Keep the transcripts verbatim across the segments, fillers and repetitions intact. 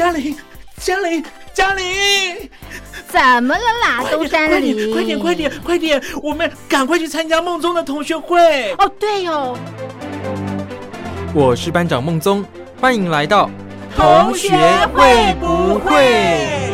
嘉玲，嘉玲，嘉玲， 怎么了啦，东山里？ 快点，快点，快点，我们赶快去参加梦中的同学会。 哦，对哦。 我是班长孟宗，欢迎来到同学会不会？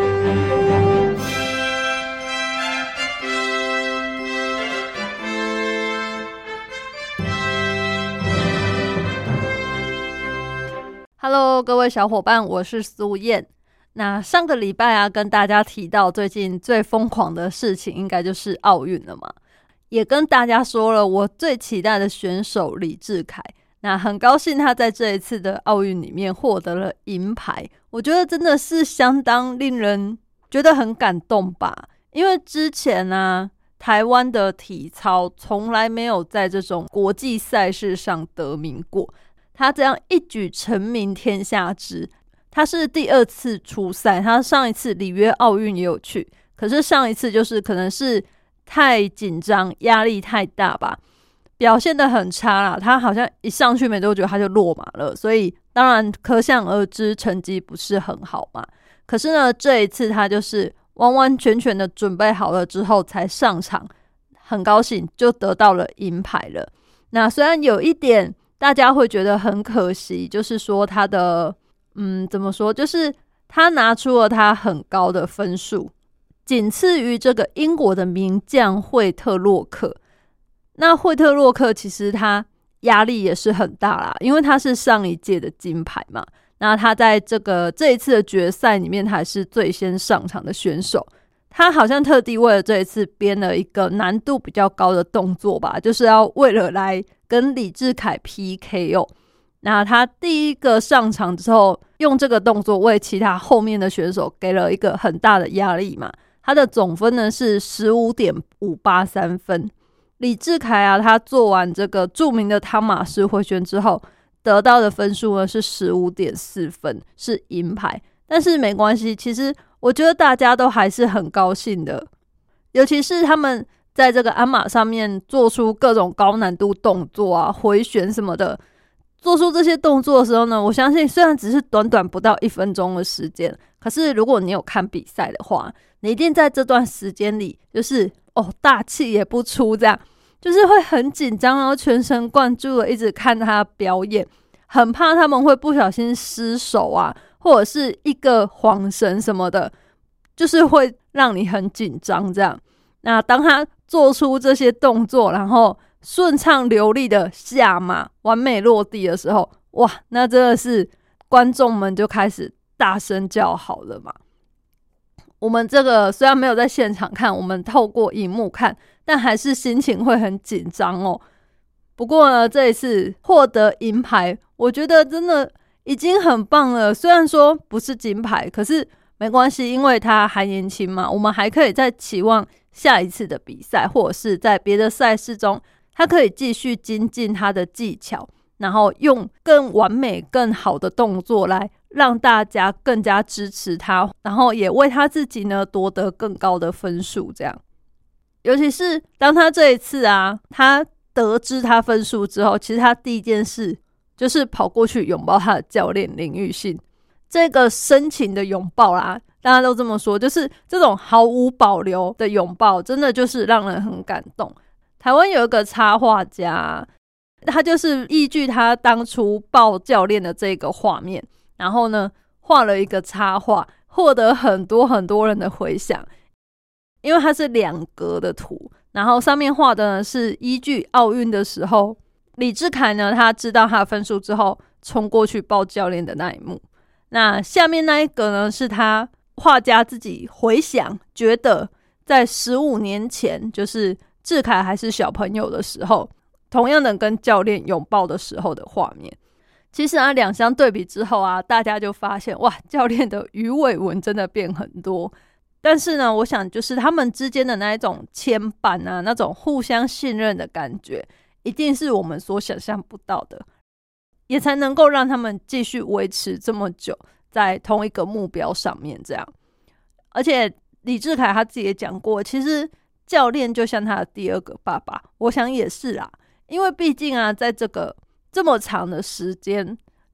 Hello， 各位小伙伴，我是苏燕。那上个礼拜啊，跟大家提到最近最疯狂的事情，应该就是奥运了嘛。也跟大家说了，我最期待的选手李智凯。那很高兴他在这一次的奥运里面获得了银牌，我觉得真的是相当令人觉得很感动吧。因为之前啊，台湾的体操从来没有在这种国际赛事上得名过。他这样一举成名天下知，他是第二次出赛，他上一次里约奥运也有去，可是上一次就是可能是太紧张，压力太大吧，表现得很差啦。他好像一上去没多久他就落马了，所以当然可想而知成绩不是很好嘛。可是呢，这一次他就是完完全全的准备好了之后才上场，很高兴就得到了银牌了。那虽然有一点大家会觉得很可惜，就是说他的嗯，怎么说，就是他拿出了他很高的分数，仅次于这个英国的名将惠特洛克。那惠特洛克其实他压力也是很大啦，因为他是上一届的金牌嘛。那他在这个这一次的决赛里面，他还是最先上场的选手。他好像特地为了这一次编了一个难度比较高的动作吧，就是要为了来跟李智凯 P K 哦。那他第一个上场之后，用这个动作为其他后面的选手给了一个很大的压力嘛。他的总分呢是 十五点五八三 分。李智凯啊，他做完这个著名的汤马士回旋之后，得到的分数呢是 十五点四 分，是银牌。但是没关系，其实我觉得大家都还是很高兴的，尤其是他们在这个鞍马上面做出各种高难度动作啊，回旋什么的。做出这些动作的时候呢，我相信虽然只是短短不到一分钟的时间，可是如果你有看比赛的话，你一定在这段时间里就是哦大气也不出，这样就是会很紧张，然后全神贯注的一直看他表演，很怕他们会不小心失手啊，或者是一个晃神什么的，就是会让你很紧张这样。那当他做出这些动作，然后顺畅流利的下马完美落地的时候，哇，那真的是观众们就开始大声叫好了嘛。我们这个虽然没有在现场看，我们透过荧幕看，但还是心情会很紧张哦。不过呢，这一次获得银牌，我觉得真的已经很棒了。虽然说不是金牌，可是没关系，因为他还年轻嘛，我们还可以再期望下一次的比赛，或者是在别的赛事中他可以继续精进他的技巧，然后用更完美更好的动作来让大家更加支持他，然后也为他自己呢夺得更高的分数这样。尤其是当他这一次啊，他得知他分数之后，其实他第一件事就是跑过去拥抱他的教练林育信。这个深情的拥抱啦，大家都这么说，就是这种毫无保留的拥抱，真的就是让人很感动。台湾有一个插画家，他就是依据他当初抱教练的这个画面，然后呢画了一个插画，获得很多很多人的回响。因为它是两格的图，然后上面画的呢是依据奥运的时候，李智凯呢他知道他的分数之后冲过去抱教练的那一幕。那下面那一个呢是他画家自己回想，觉得在十五年前，就是智凯还是小朋友的时候，同样的跟教练拥抱的时候的画面。其实啊，两相对比之后啊，大家就发现哇，教练的鱼尾纹真的变很多。但是呢，我想就是他们之间的那一种牵绊啊，那种互相信任的感觉，一定是我们所想象不到的，也才能够让他们继续维持这么久在同一个目标上面这样。而且李智凯他自己也讲过，其实教练就像他的第二个爸爸，我想也是啦，因为毕竟啊，在这个这么长的时间，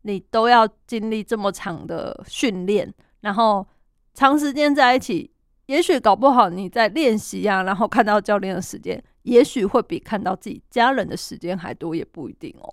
你都要经历这么长的训练，然后长时间在一起，也许搞不好你在练习啊，然后看到教练的时间，也许会比看到自己家人的时间还多，也不一定哦。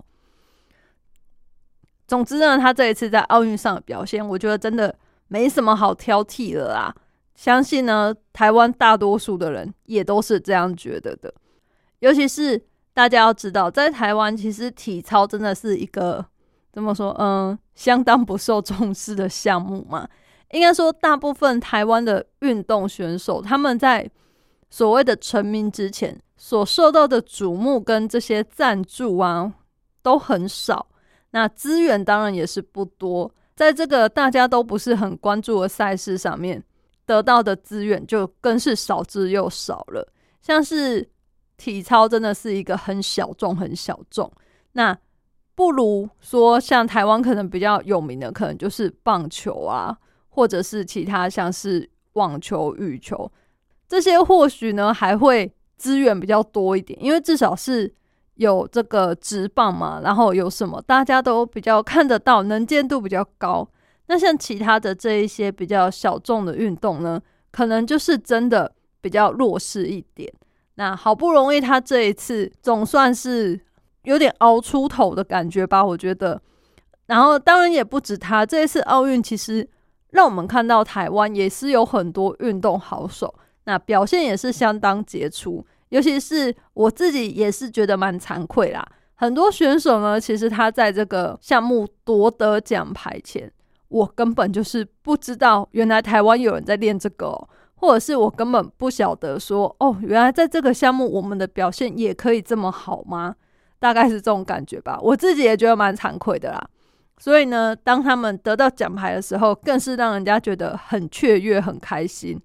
总之呢，他这一次在奥运上的表现，我觉得真的没什么好挑剔了啦。相信呢，台湾大多数的人也都是这样觉得的。尤其是大家要知道，在台湾其实体操真的是一个怎么说，嗯，相当不受重视的项目嘛。应该说，大部分台湾的运动选手，他们在所谓的成名之前，所受到的瞩目跟这些赞助啊，都很少。那资源当然也是不多，在这个大家都不是很关注的赛事上面，得到的资源就更是少之又少了。像是体操真的是一个很小众很小众，那不如说像台湾可能比较有名的可能就是棒球啊，或者是其他像是网球、羽球，这些或许呢还会资源比较多一点，因为至少是有这个职棒嘛，然后有什么大家都比较看得到，能见度比较高。那像其他的这一些比较小众的运动呢，可能就是真的比较弱势一点。那好不容易他这一次总算是有点熬出头的感觉吧，我觉得。然后当然也不止他，这一次奥运其实让我们看到台湾也是有很多运动好手，那表现也是相当杰出。尤其是我自己也是觉得蛮惭愧啦，很多选手呢，其实他在这个项目夺得奖牌前，我根本就是不知道原来台湾有人在练这个哦，或者是我根本不晓得说哦，原来在这个项目我们的表现也可以这么好吗？大概是这种感觉吧，我自己也觉得蛮惭愧的啦。所以呢，当他们得到奖牌的时候，更是让人家觉得很雀跃很开心。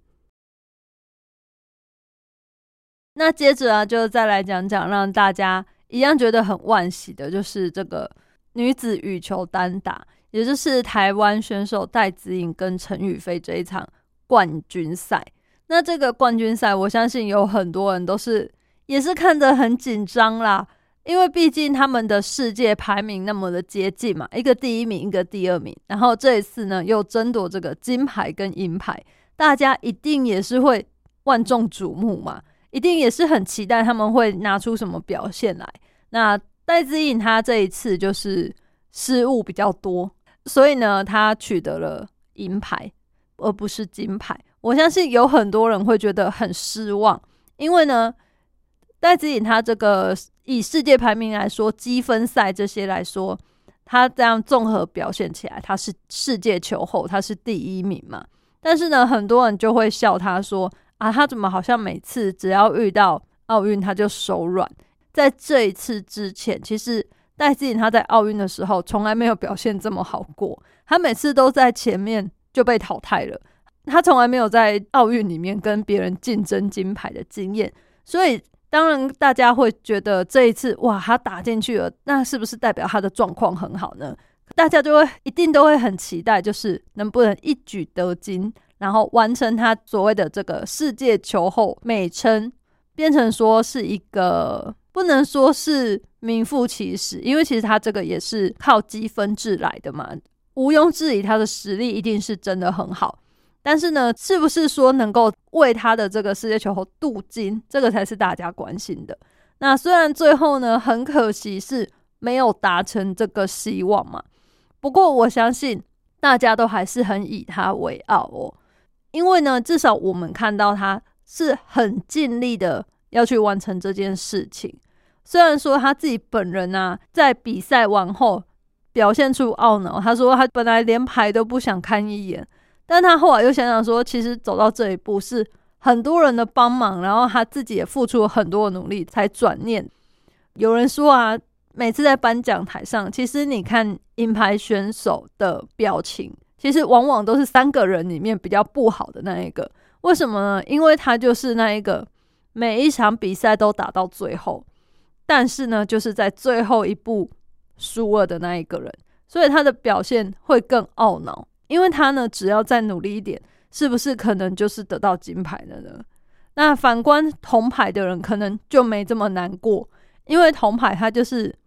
那接着啊，就再来讲讲让大家一样觉得很惋惜的，就是这个女子羽球单打，也就是台湾选手戴资颖跟陈雨菲这一场冠军赛。那这个冠军赛，我相信有很多人都是也是看得很紧张啦，因为毕竟他们的世界排名那么的接近嘛，一个第一名，一个第二名，然后这一次呢又争夺这个金牌跟银牌，大家一定也是会万众瞩目嘛。一定也是很期待他们会拿出什么表现来。那戴资颖他这一次就是失误比较多，所以呢他取得了银牌而不是金牌。我相信有很多人会觉得很失望，因为呢戴资颖他这个以世界排名来说，积分赛这些来说，他这样综合表现起来，他是世界球后，他是第一名嘛。但是呢很多人就会笑他说啊，他怎么好像每次只要遇到奥运他就手软。在这一次之前，其实戴资颖他在奥运的时候从来没有表现这么好过，他每次都在前面就被淘汰了，他从来没有在奥运里面跟别人竞争金牌的经验。所以当然大家会觉得这一次哇他打进去了，那是不是代表他的状况很好呢？大家就会一定都会很期待，就是能不能一举得金，然后完成他所谓的这个世界球后美称，变成说是一个不能说是名副其实，因为其实他这个也是靠积分制来的嘛，毋庸置疑他的实力一定是真的很好。但是呢，是不是说能够为他的这个世界球后镀金，这个才是大家关心的。那虽然最后呢，很可惜是没有达成这个希望嘛，不过我相信大家都还是很以他为傲哦。因为呢，至少我们看到他是很尽力的要去完成这件事情。虽然说他自己本人啊，在比赛完后表现出懊恼，他说他本来连牌都不想看一眼，但他后来又想想说，其实走到这一步是很多人的帮忙，然后他自己也付出了很多的努力才转念。有人说啊，每次在颁奖台上，其实你看银牌选手的表情，其实往往都是三个人里面比较不好的那一个。为什么呢？因为他就是那一个每一场比赛都打到最后，但是呢就是在最后一步输了的那一个人，所以他的表现会更懊恼。因为他呢只要再努力一点，是不是可能就是得到金牌了呢？那反观铜牌的人可能就没这么难过，因为铜牌他就是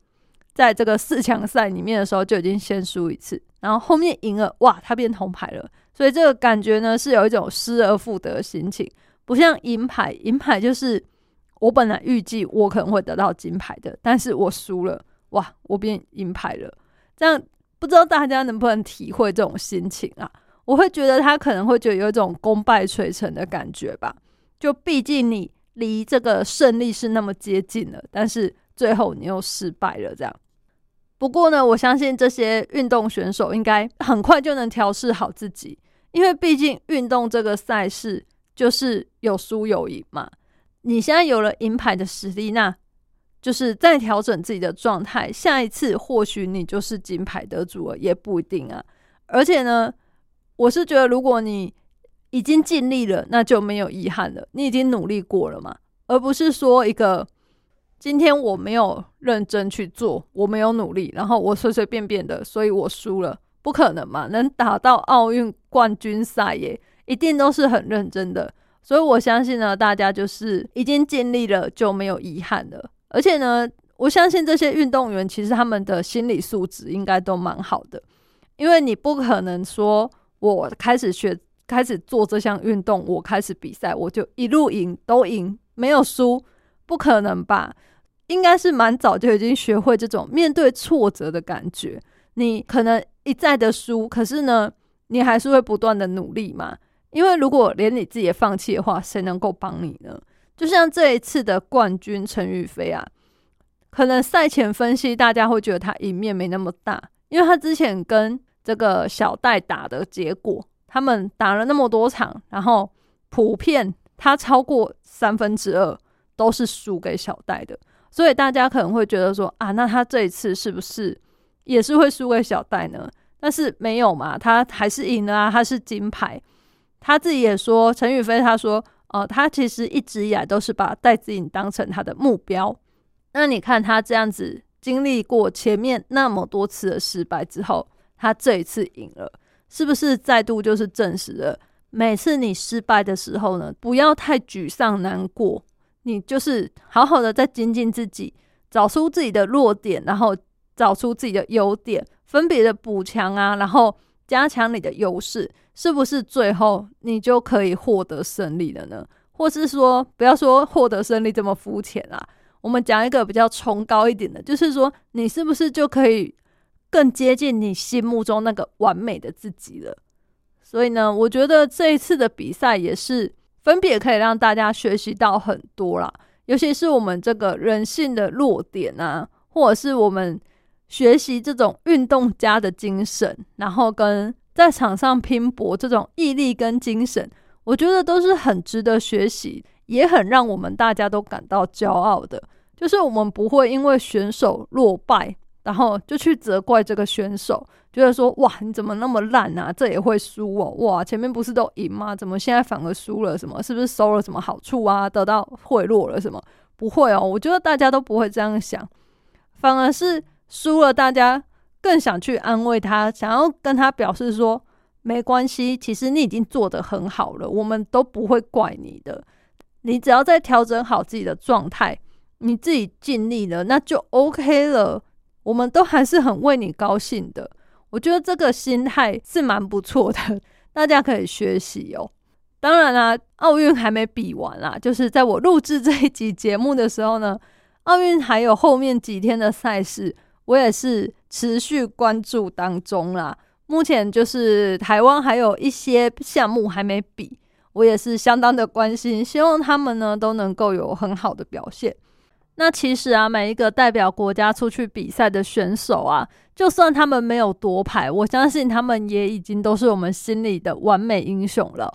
在这个四强赛里面的时候就已经先输一次，然后后面赢了，哇，他变铜牌了。所以这个感觉呢是有一种失而复得的心情，不像银牌，银牌就是我本来预计我可能会得到金牌的，但是我输了，哇，我变银牌了。这样不知道大家能不能体会这种心情啊？我会觉得他可能会觉得有一种功败垂成的感觉吧，就毕竟你离这个胜利是那么接近了，但是最后你又失败了这样。不过呢，我相信这些运动选手应该很快就能调试好自己，因为毕竟运动这个赛事就是有输有赢嘛。你现在有了银牌的实力，那就是再调整自己的状态，下一次或许你就是金牌得主了，也不一定啊。而且呢，我是觉得如果你已经尽力了，那就没有遗憾了，你已经努力过了嘛，而不是说一个今天我没有认真去做，我没有努力，然后我随随便便的，所以我输了，不可能嘛，能打到奥运冠军赛耶，一定都是很认真的。所以我相信呢，大家就是已经尽力了，就没有遗憾了。而且呢，我相信这些运动员其实他们的心理素质应该都蛮好的，因为你不可能说我开始学开始做这项运动，我开始比赛我就一路赢都赢，没有输，不可能吧？应该是蛮早就已经学会这种面对挫折的感觉。你可能一再的输，可是呢，你还是会不断的努力嘛。因为如果连你自己也放弃的话，谁能够帮你呢？就像这一次的冠军陈雨菲啊，可能赛前分析大家会觉得他赢面没那么大，因为他之前跟这个小戴打的结果，他们打了那么多场，然后普遍他超过三分之二都是输给小戴的，所以大家可能会觉得说啊，那他这一次是不是也是会输给小戴呢？但是没有嘛，他还是赢了啊，他是金牌。他自己也说，陈雨菲他说呃，他其实一直以来都是把戴资颖当成他的目标。那你看他这样子经历过前面那么多次的失败之后，他这一次赢了，是不是再度就是证实了每次你失败的时候呢，不要太沮丧难过，你就是好好的再精进自己，找出自己的弱点，然后找出自己的优点，分别的补强啊，然后加强你的优势，是不是最后你就可以获得胜利了呢？或是说不要说获得胜利这么肤浅啦，我们讲一个比较崇高一点的，就是说你是不是就可以更接近你心目中那个完美的自己了。所以呢，我觉得这一次的比赛也是分别可以让大家学习到很多啦，尤其是我们这个人性的弱点啊，或者是我们学习这种运动家的精神，然后跟在场上拼搏这种毅力跟精神，我觉得都是很值得学习，也很让我们大家都感到骄傲的。就是我们不会因为选手落败，然后就去责怪这个选手，觉得说哇你怎么那么烂啊，这也会输哦，哇前面不是都赢吗？怎么现在反而输了？什么是不是收了什么好处啊？得到贿赂了什么？不会哦，我觉得大家都不会这样想，反而是输了，大家更想去安慰他，想要跟他表示说没关系，其实你已经做得很好了，我们都不会怪你的，你只要再调整好自己的状态，你自己尽力了，那就 OK 了，我们都还是很为你高兴的。我觉得这个心态是蛮不错的，大家可以学习哦。当然啦、啊，奥运还没比完啦，就是在我录制这一集节目的时候呢，奥运还有后面几天的赛事，我也是持续关注当中啦。目前就是台湾还有一些项目还没比，我也是相当的关心，希望他们呢都能够有很好的表现。那其实啊，每一个代表国家出去比赛的选手啊，就算他们没有夺牌，我相信他们也已经都是我们心里的完美英雄了。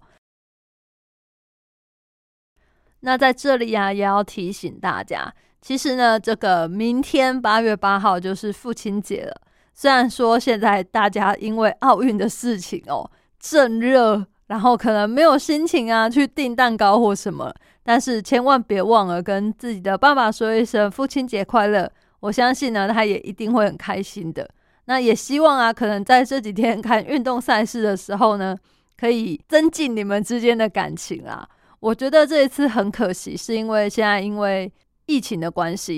那在这里啊，也要提醒大家，其实呢，这个明天八月八号就是父亲节了。虽然说现在大家因为奥运的事情哦正热，然后可能没有心情啊去订蛋糕或什么，但是千万别忘了跟自己的爸爸说一声父亲节快乐，我相信呢他也一定会很开心的。那也希望啊，可能在这几天看运动赛事的时候呢，可以增进你们之间的感情啊。我觉得这一次很可惜，是因为现在因为疫情的关系，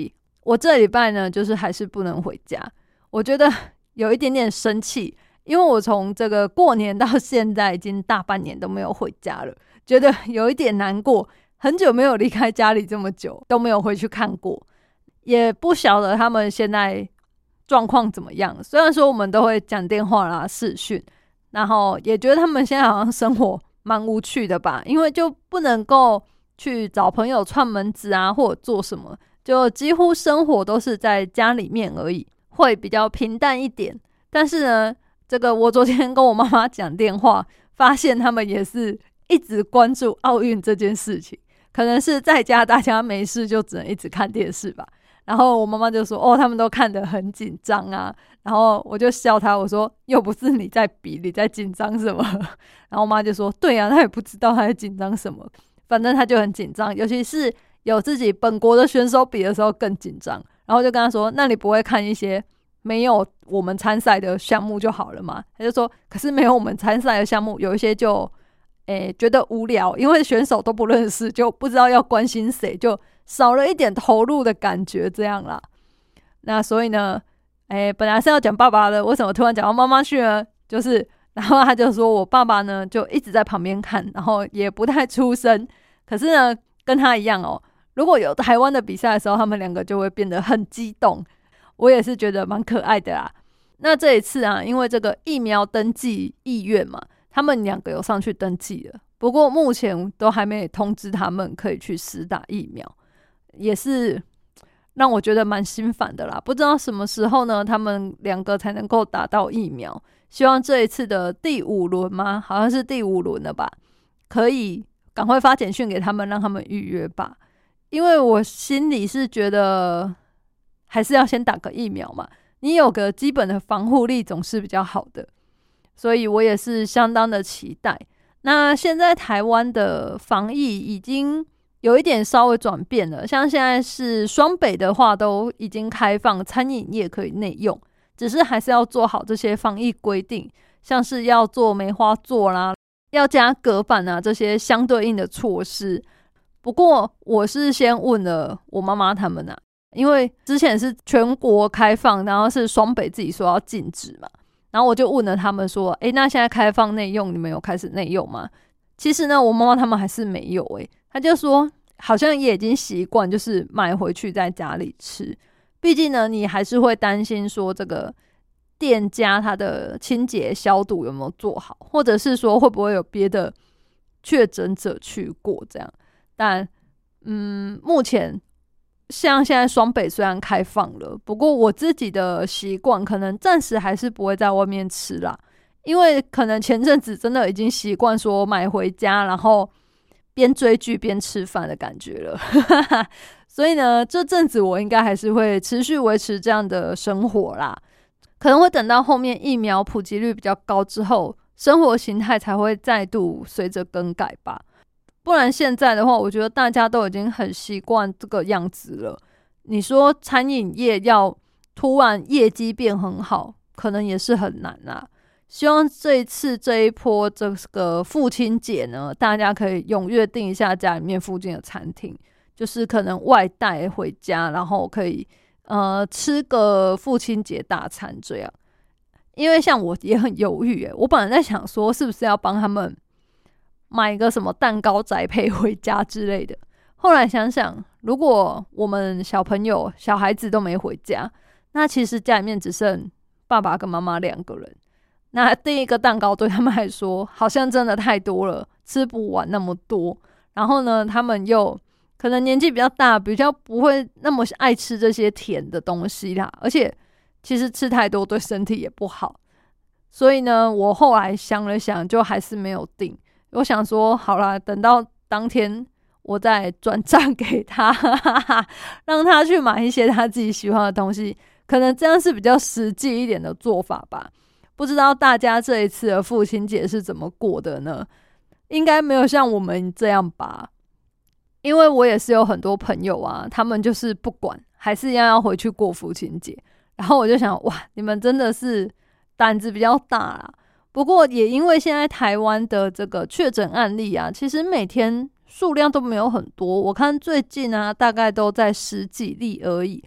我这礼拜呢，就是还是不能回家，我觉得有一点点生气，因为我从这个过年到现在已经大半年都没有回家了，觉得有一点难过，很久没有离开家里这么久，都没有回去看过，也不晓得他们现在状况怎么样。虽然说我们都会讲电话啦、视讯，然后也觉得他们现在好像生活蛮无趣的吧，因为就不能够去找朋友串门子啊，或者做什么，就几乎生活都是在家里面而已，会比较平淡一点。但是呢，这个我昨天跟我妈妈讲电话，发现他们也是一直关注奥运这件事情，可能是在家大家没事就只能一直看电视吧。然后我妈妈就说哦，他们都看得很紧张啊，然后我就笑她，我说又不是你在比，你在紧张什么？然后我妈就说对啊，她也不知道她在紧张什么，反正她就很紧张，尤其是有自己本国的选手比的时候更紧张。然后就跟她说，那你不会看一些没有我们参赛的项目就好了嘛？她就说可是没有我们参赛的项目，有一些就诶觉得无聊，因为选手都不认识，就不知道要关心谁，就少了一点投入的感觉，这样啦。那所以呢，诶本来是要讲爸爸的，为什么突然讲到妈妈去呢？就是，然后他就说我爸爸呢就一直在旁边看，然后也不太出声。可是呢，跟他一样哦，如果有台湾的比赛的时候，他们两个就会变得很激动。我也是觉得蛮可爱的啦。那这一次啊，因为这个疫苗登记意愿嘛，他们两个有上去登记了，不过目前都还没通知他们可以去施打疫苗，也是让我觉得蛮心烦的啦。不知道什么时候呢，他们两个才能够打到疫苗。希望这一次的第五轮吗？好像是第五轮了吧，可以赶快发简讯给他们，让他们预约吧。因为我心里是觉得还是要先打个疫苗嘛，你有个基本的防护力总是比较好的，所以我也是相当的期待。那现在台湾的防疫已经有一点稍微转变了，像现在是双北的话都已经开放餐饮业可以内用，只是还是要做好这些防疫规定，像是要做梅花座啦，要加隔板啊，这些相对应的措施。不过我是先问了我妈妈他们啊，因为之前是全国开放，然后是双北自己说要禁止嘛，然后我就问了他们说，诶，那现在开放内用，你们有开始内用吗？其实呢，我妈妈他们还是没有诶，他就说好像也已经习惯，就是买回去在家里吃。毕竟呢，你还是会担心说这个店家他的清洁消毒有没有做好，或者是说会不会有别的确诊者去过这样。但嗯，目前像现在双北虽然开放了，不过我自己的习惯可能暂时还是不会在外面吃啦，因为可能前阵子真的已经习惯说买回家，然后边追剧边吃饭的感觉了所以呢，这阵子我应该还是会持续维持这样的生活啦，可能会等到后面疫苗普及率比较高之后，生活形态才会再度随着更改吧。不然现在的话，我觉得大家都已经很习惯这个样子了。你说餐饮业要突然业绩变很好，可能也是很难啦。希望这一次这一波这个父亲节呢，大家可以踊跃订一下家里面附近的餐厅，就是可能外带回家，然后可以呃吃个父亲节大餐这样。因为像我也很犹豫耶，我本来在想说是不是要帮他们买个什么蛋糕宅配回家之类的，后来想想，如果我们小朋友小孩子都没回家，那其实家里面只剩爸爸跟妈妈两个人，那第一个蛋糕对他们来说好像真的太多了，吃不完那么多。然后呢，他们又可能年纪比较大，比较不会那么爱吃这些甜的东西啦，而且其实吃太多对身体也不好。所以呢，我后来想了想，就还是没有订。我想说好啦，等到当天我再转账给他让他去买一些他自己喜欢的东西，可能这样是比较实际一点的做法吧。不知道大家这一次的父亲节是怎么过的呢？应该没有像我们这样吧，因为我也是有很多朋友啊，他们就是不管还是一样要回去过父亲节，然后我就想哇，你们真的是胆子比较大啦。不过也因为现在台湾的这个确诊案例啊，其实每天数量都没有很多，我看最近啊大概都在十几例而已，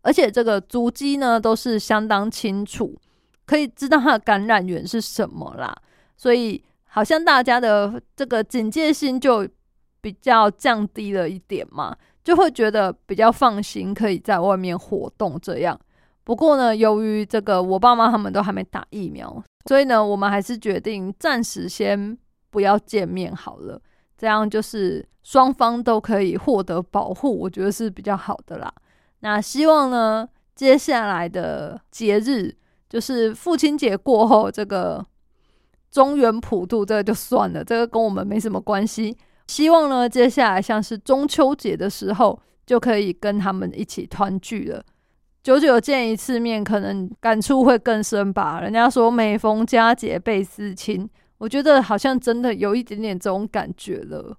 而且这个足迹呢都是相当清楚，可以知道它的感染源是什么啦，所以好像大家的这个警戒心就比较降低了一点嘛，就会觉得比较放心，可以在外面活动这样。不过呢，由于这个我爸妈他们都还没打疫苗，所以呢，我们还是决定暂时先不要见面好了，这样就是双方都可以获得保护，我觉得是比较好的啦。那希望呢，接下来的节日，就是父亲节过后，这个中元普渡这个就算了，这个跟我们没什么关系。希望呢，接下来像是中秋节的时候，就可以跟他们一起团聚了。久久见一次面，可能感触会更深吧。人家说每逢佳节倍思亲，我觉得好像真的有一点点这种感觉了。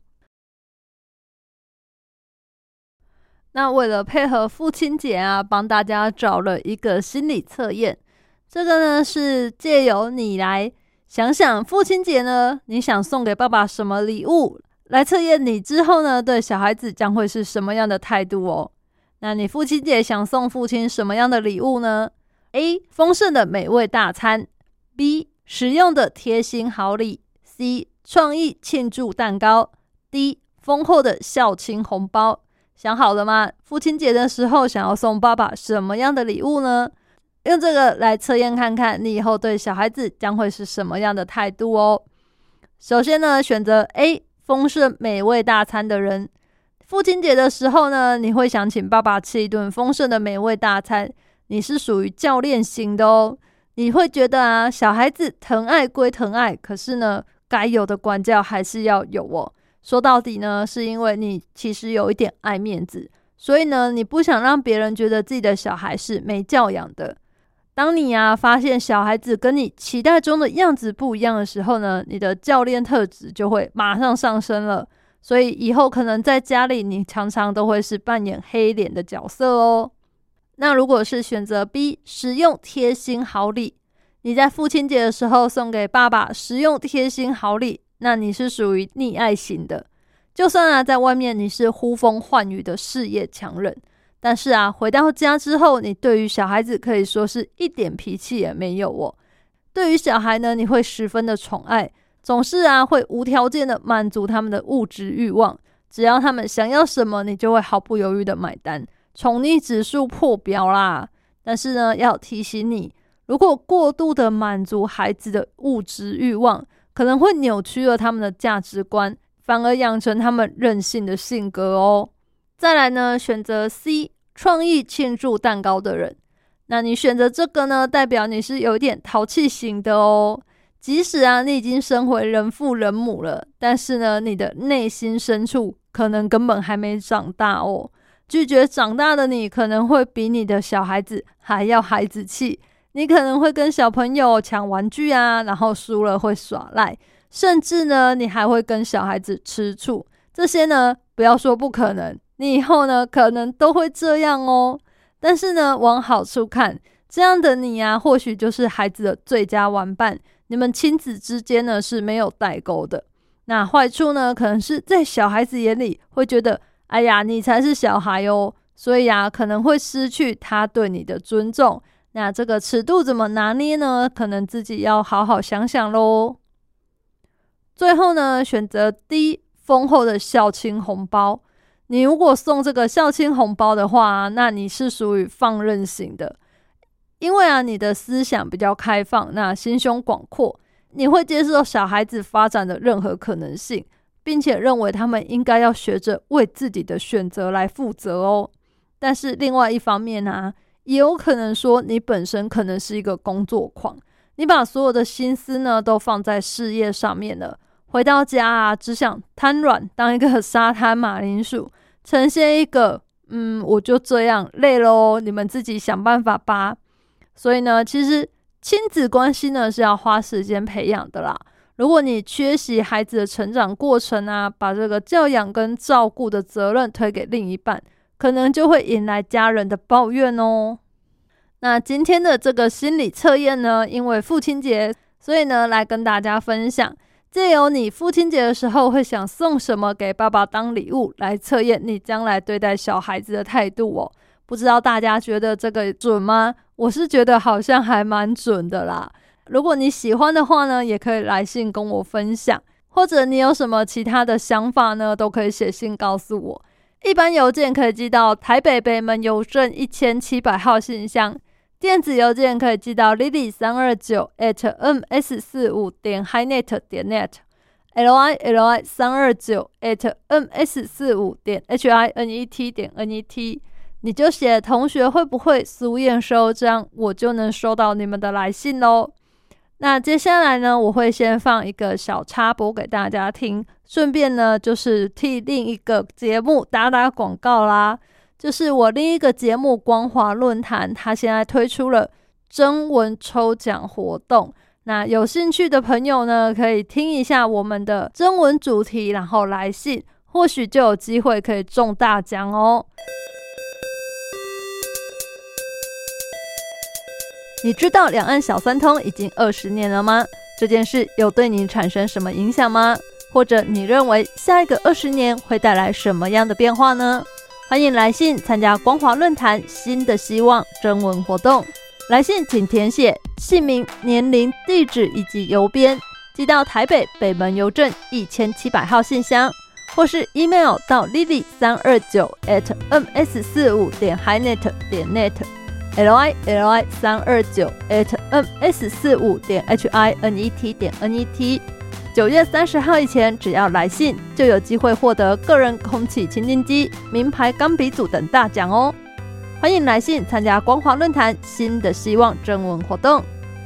那为了配合父亲节啊，帮大家找了一个心理测验。这个呢是借由你来想想父亲节呢，你想送给爸爸什么礼物，来测验你之后呢对小孩子将会是什么样的态度哦。那你父亲节想送父亲什么样的礼物呢？ A. 丰盛的美味大餐， B. 实用的贴心好礼， C. 创意庆祝蛋糕， D. 丰厚的孝亲红包。想好了吗？父亲节的时候想要送爸爸什么样的礼物呢？用这个来测验看看你以后对小孩子将会是什么样的态度哦。首先呢，选择 A. 丰盛美味大餐的人，父亲节的时候呢，你会想请爸爸吃一顿丰盛的美味大餐，你是属于教练型的哦。你会觉得啊，小孩子疼爱归疼爱，可是呢，该有的管教还是要有哦。说到底呢，是因为你其实有一点爱面子，所以呢，你不想让别人觉得自己的小孩是没教养的。当你啊发现小孩子跟你期待中的样子不一样的时候呢，你的教练特质就会马上上升了。所以以后可能在家里，你常常都会是扮演黑脸的角色哦。那如果是选择 B， 实用贴心好礼，你在父亲节的时候送给爸爸实用贴心好礼，那你是属于溺爱型的。就算啊在外面你是呼风唤雨的事业强人，但是啊回到家之后，你对于小孩子可以说是一点脾气也没有哦。对于小孩呢，你会十分的宠爱，总是啊会无条件的满足他们的物质欲望，只要他们想要什么，你就会毫不犹豫的买单，宠溺指数破表啦。但是呢，要提醒你，如果过度的满足孩子的物质欲望，可能会扭曲了他们的价值观，反而养成他们任性的性格哦。再来呢，选择 C， 创意庆祝蛋糕的人，那你选择这个呢，代表你是有点淘气型的哦。即使啊你已经升回人父人母了，但是呢你的内心深处可能根本还没长大哦。拒绝长大的你可能会比你的小孩子还要孩子气，你可能会跟小朋友抢玩具啊，然后输了会耍赖，甚至呢你还会跟小孩子吃醋。这些呢不要说不可能，你以后呢可能都会这样哦。但是呢往好处看，这样的你啊或许就是孩子的最佳玩伴，你们亲子之间呢是没有代沟的。那坏处呢，可能是在小孩子眼里会觉得，哎呀，你才是小孩哦，所以啊，可能会失去他对你的尊重。那这个尺度怎么拿捏呢？可能自己要好好想想咯。最后呢，选择 D， 丰厚的孝亲红包。你如果送这个孝亲红包的话，那你是属于放任型的。因为啊，你的思想比较开放，那心胸广阔，你会接受小孩子发展的任何可能性，并且认为他们应该要学着为自己的选择来负责哦。但是另外一方面啊，也有可能说你本身可能是一个工作狂，你把所有的心思呢都放在事业上面了，回到家啊只想瘫软当一个沙滩马铃薯，呈现一个嗯我就这样累咯，你们自己想办法吧。所以呢，其实亲子关系呢是要花时间培养的啦。如果你缺席孩子的成长过程啊，把这个教养跟照顾的责任推给另一半，可能就会引来家人的抱怨哦。那今天的这个心理测验呢，因为父亲节，所以呢来跟大家分享，借由你父亲节的时候会想送什么给爸爸当礼物，来测验你将来对待小孩子的态度哦。 不知道大家觉得这个准吗？我是觉得好像还蛮准的啦。如果你喜欢的话呢，也可以来信跟我分享，或者你有什么其他的想法呢，都可以写信告诉我。一般邮件可以寄到台北北门邮政一千七百号信箱，电子邮件可以寄到 lily 三二九 at m s 四五点 highnet 点 net l i l i 三二九 at m s 四五点 h i n e t 点 n e t。你就写同学会不会苏燕收，这样我就能收到你们的来信咯。那接下来呢，我会先放一个小插播给大家听，顺便呢就是替另一个节目打打广告啦，就是我另一个节目光华论坛，它现在推出了征文抽奖活动。那有兴趣的朋友呢，可以听一下我们的征文主题，然后来信，或许就有机会可以中大奖哦。你知道两岸小三通已经二十年了吗？这件事有对你产生什么影响吗？或者你认为下一个二十年会带来什么样的变化呢？欢迎来信参加光华论坛新的希望征文活动。来信请填写姓名、年龄、地址以及邮编，寄到台北北门邮政一千七百号信箱，或是 email 到 lily 三二九 at m s 四五点 highnet 点 net l i l i 三二九 at m s 四五点 h i n e t 点 n e t。九月三十号以前，只要来信，就有机会获得个人空气清净机、名牌钢笔组等大奖哦！欢迎来信参加光华论坛新的希望征文活动。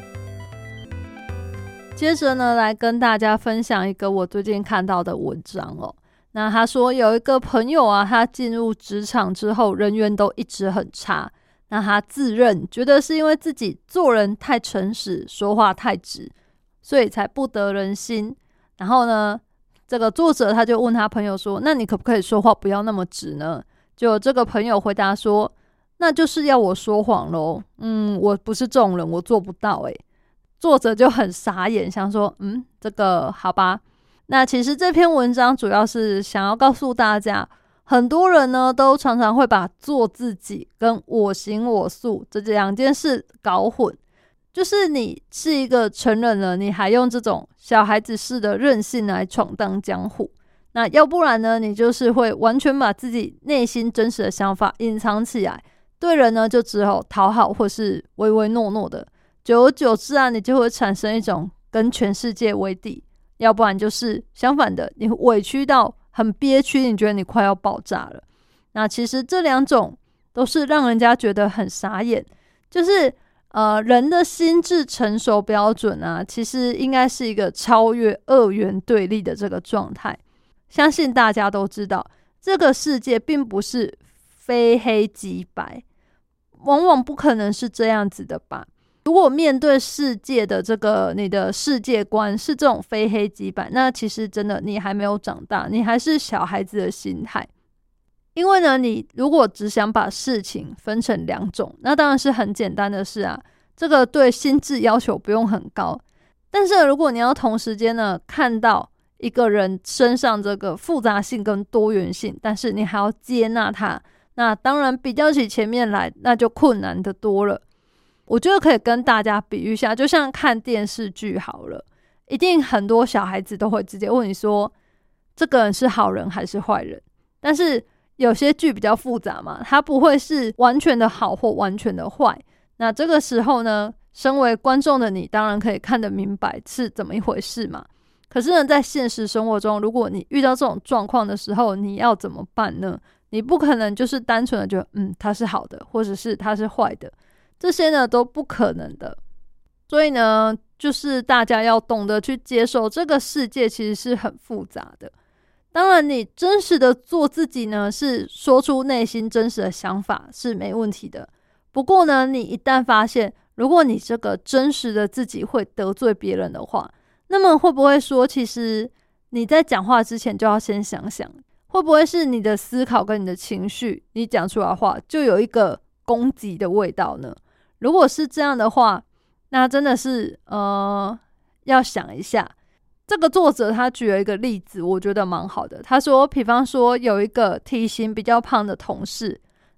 接着呢，来跟大家分享一个我最近看到的文章哦。那他说有一个朋友啊，他进入职场之后，人缘都一直很差。那他自认觉得是因为自己做人太诚实，说话太直，所以才不得人心。然后呢，这个作者他就问他朋友说，那你可不可以说话不要那么直呢？就这个朋友回答说，那就是要我说谎咯。嗯，我不是这种人，我做不到诶。作者就很傻眼，想说嗯，这个好吧。那其实这篇文章主要是想要告诉大家，很多人呢都常常会把做自己跟我行我素这两件事搞混。就是你是一个成人了，你还用这种小孩子式的任性来闯荡江湖，那要不然呢，你就是会完全把自己内心真实的想法隐藏起来，对人呢就只有讨好或是唯唯诺诺的，久而久之啊，你就会产生一种跟全世界为敌，要不然就是相反的，你委屈到很憋屈，你觉得你快要爆炸了。那其实这两种都是让人家觉得很傻眼，就是呃，人的心智成熟标准啊，其实应该是一个超越二元对立的这个状态。相信大家都知道，这个世界并不是非黑即白，往往不可能是这样子的吧。如果面对世界的这个你的世界观是这种非黑即白，那其实真的你还没有长大，你还是小孩子的心态。因为呢，你如果只想把事情分成两种，那当然是很简单的事啊，这个对心智要求不用很高。但是如果你要同时间呢看到一个人身上这个复杂性跟多元性，但是你还要接纳他，那当然比较起前面来，那就困难的多了。我觉得可以跟大家比喻一下，就像看电视剧好了，一定很多小孩子都会直接问你说，这个人是好人还是坏人？但是有些剧比较复杂嘛，它不会是完全的好或完全的坏。那这个时候呢，身为观众的你当然可以看得明白是怎么一回事嘛。可是呢，在现实生活中，如果你遇到这种状况的时候，你要怎么办呢？你不可能就是单纯的就嗯，他是好的，或者是他是坏的，这些呢都不可能的。所以呢，就是大家要懂得去接受这个世界其实是很复杂的。当然你真实的做自己呢，是说出内心真实的想法是没问题的。不过呢，你一旦发现如果你这个真实的自己会得罪别人的话，那么会不会说其实你在讲话之前就要先想想，会不会是你的思考跟你的情绪，你讲出来的话就有一个攻击的味道呢？如果是这样的话，那真的是呃要想一下。这个作者他举了一个例子，我觉得蛮好的。他说比方说有一个体型比较胖的同事，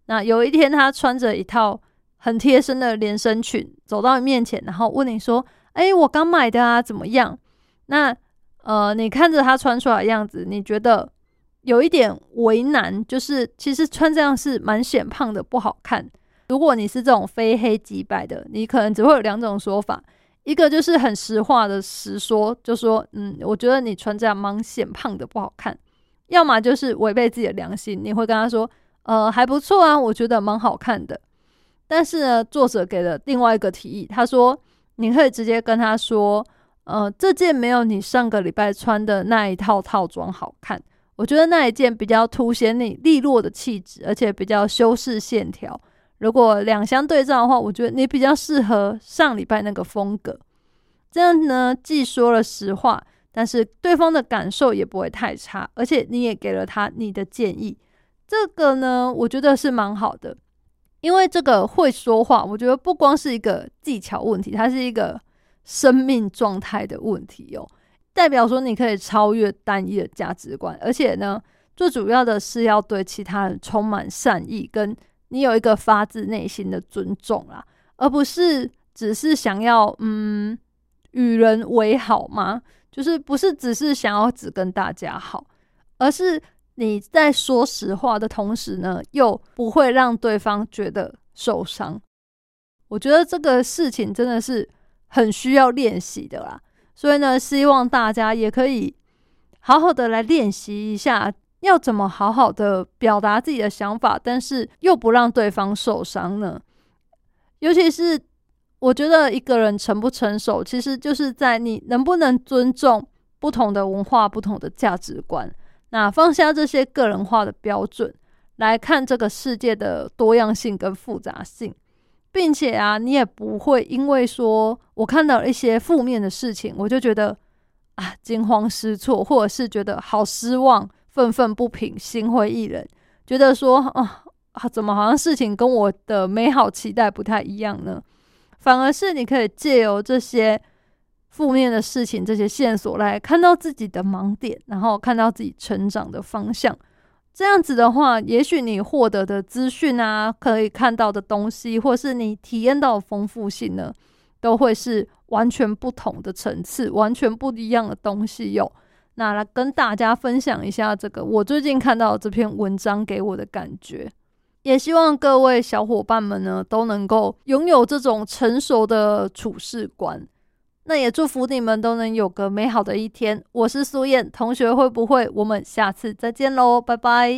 那有一天他穿着一套很贴身的连身裙走到你面前，然后问你说诶我刚买的啊怎么样？那呃，你看着他穿出来的样子，你觉得有一点为难，就是其实穿这样是蛮显胖的，不好看。如果你是这种非黑即白的，你可能只会有两种说法，一个就是很实话的实说，就说嗯，我觉得你穿这样蛮显胖的，不好看。要么就是违背自己的良心，你会跟他说呃，还不错啊，我觉得蛮好看的。但是呢，作者给了另外一个提议，他说你可以直接跟他说呃，这件没有你上个礼拜穿的那一套套装好看，我觉得那一件比较凸显你利落的气质，而且比较修饰线条。如果两相对照的话，我觉得你比较适合上礼拜那个风格。这样呢，既说了实话，但是对方的感受也不会太差，而且你也给了他你的建议。这个呢，我觉得是蛮好的，因为这个会说话，我觉得不光是一个技巧问题，它是一个生命状态的问题哦。代表说你可以超越单一的价值观，而且呢，最主要的是要对其他人充满善意，跟你有一个发自内心的尊重啦，而不是只是想要嗯与人为好吗？就是不是只是想要只跟大家好，而是你在说实话的同时呢，又不会让对方觉得受伤。我觉得这个事情真的是很需要练习的啦，所以呢，希望大家也可以好好的来练习一下，要怎么好好的表达自己的想法，但是又不让对方受伤呢？尤其是我觉得一个人成不成熟，其实就是在你能不能尊重不同的文化、不同的价值观，那放下这些个人化的标准，来看这个世界的多样性跟复杂性。并且啊，你也不会因为说我看到了一些负面的事情，我就觉得啊惊慌失措，或者是觉得好失望、愤愤不平、心灰意冷，觉得说啊啊怎么好像事情跟我的美好期待不太一样呢？反而是你可以借由这些负面的事情、这些线索来看到自己的盲点，然后看到自己成长的方向。这样子的话，也许你获得的资讯啊，可以看到的东西，或是你体验到的丰富性呢，都会是完全不同的层次，完全不一样的东西哟。那来跟大家分享一下这个我最近看到的这篇文章给我的感觉，也希望各位小伙伴们呢都能够拥有这种成熟的处事观。那也祝福你们都能有个美好的一天。我是苏燕，同学会不会？我们下次再见喽，拜拜。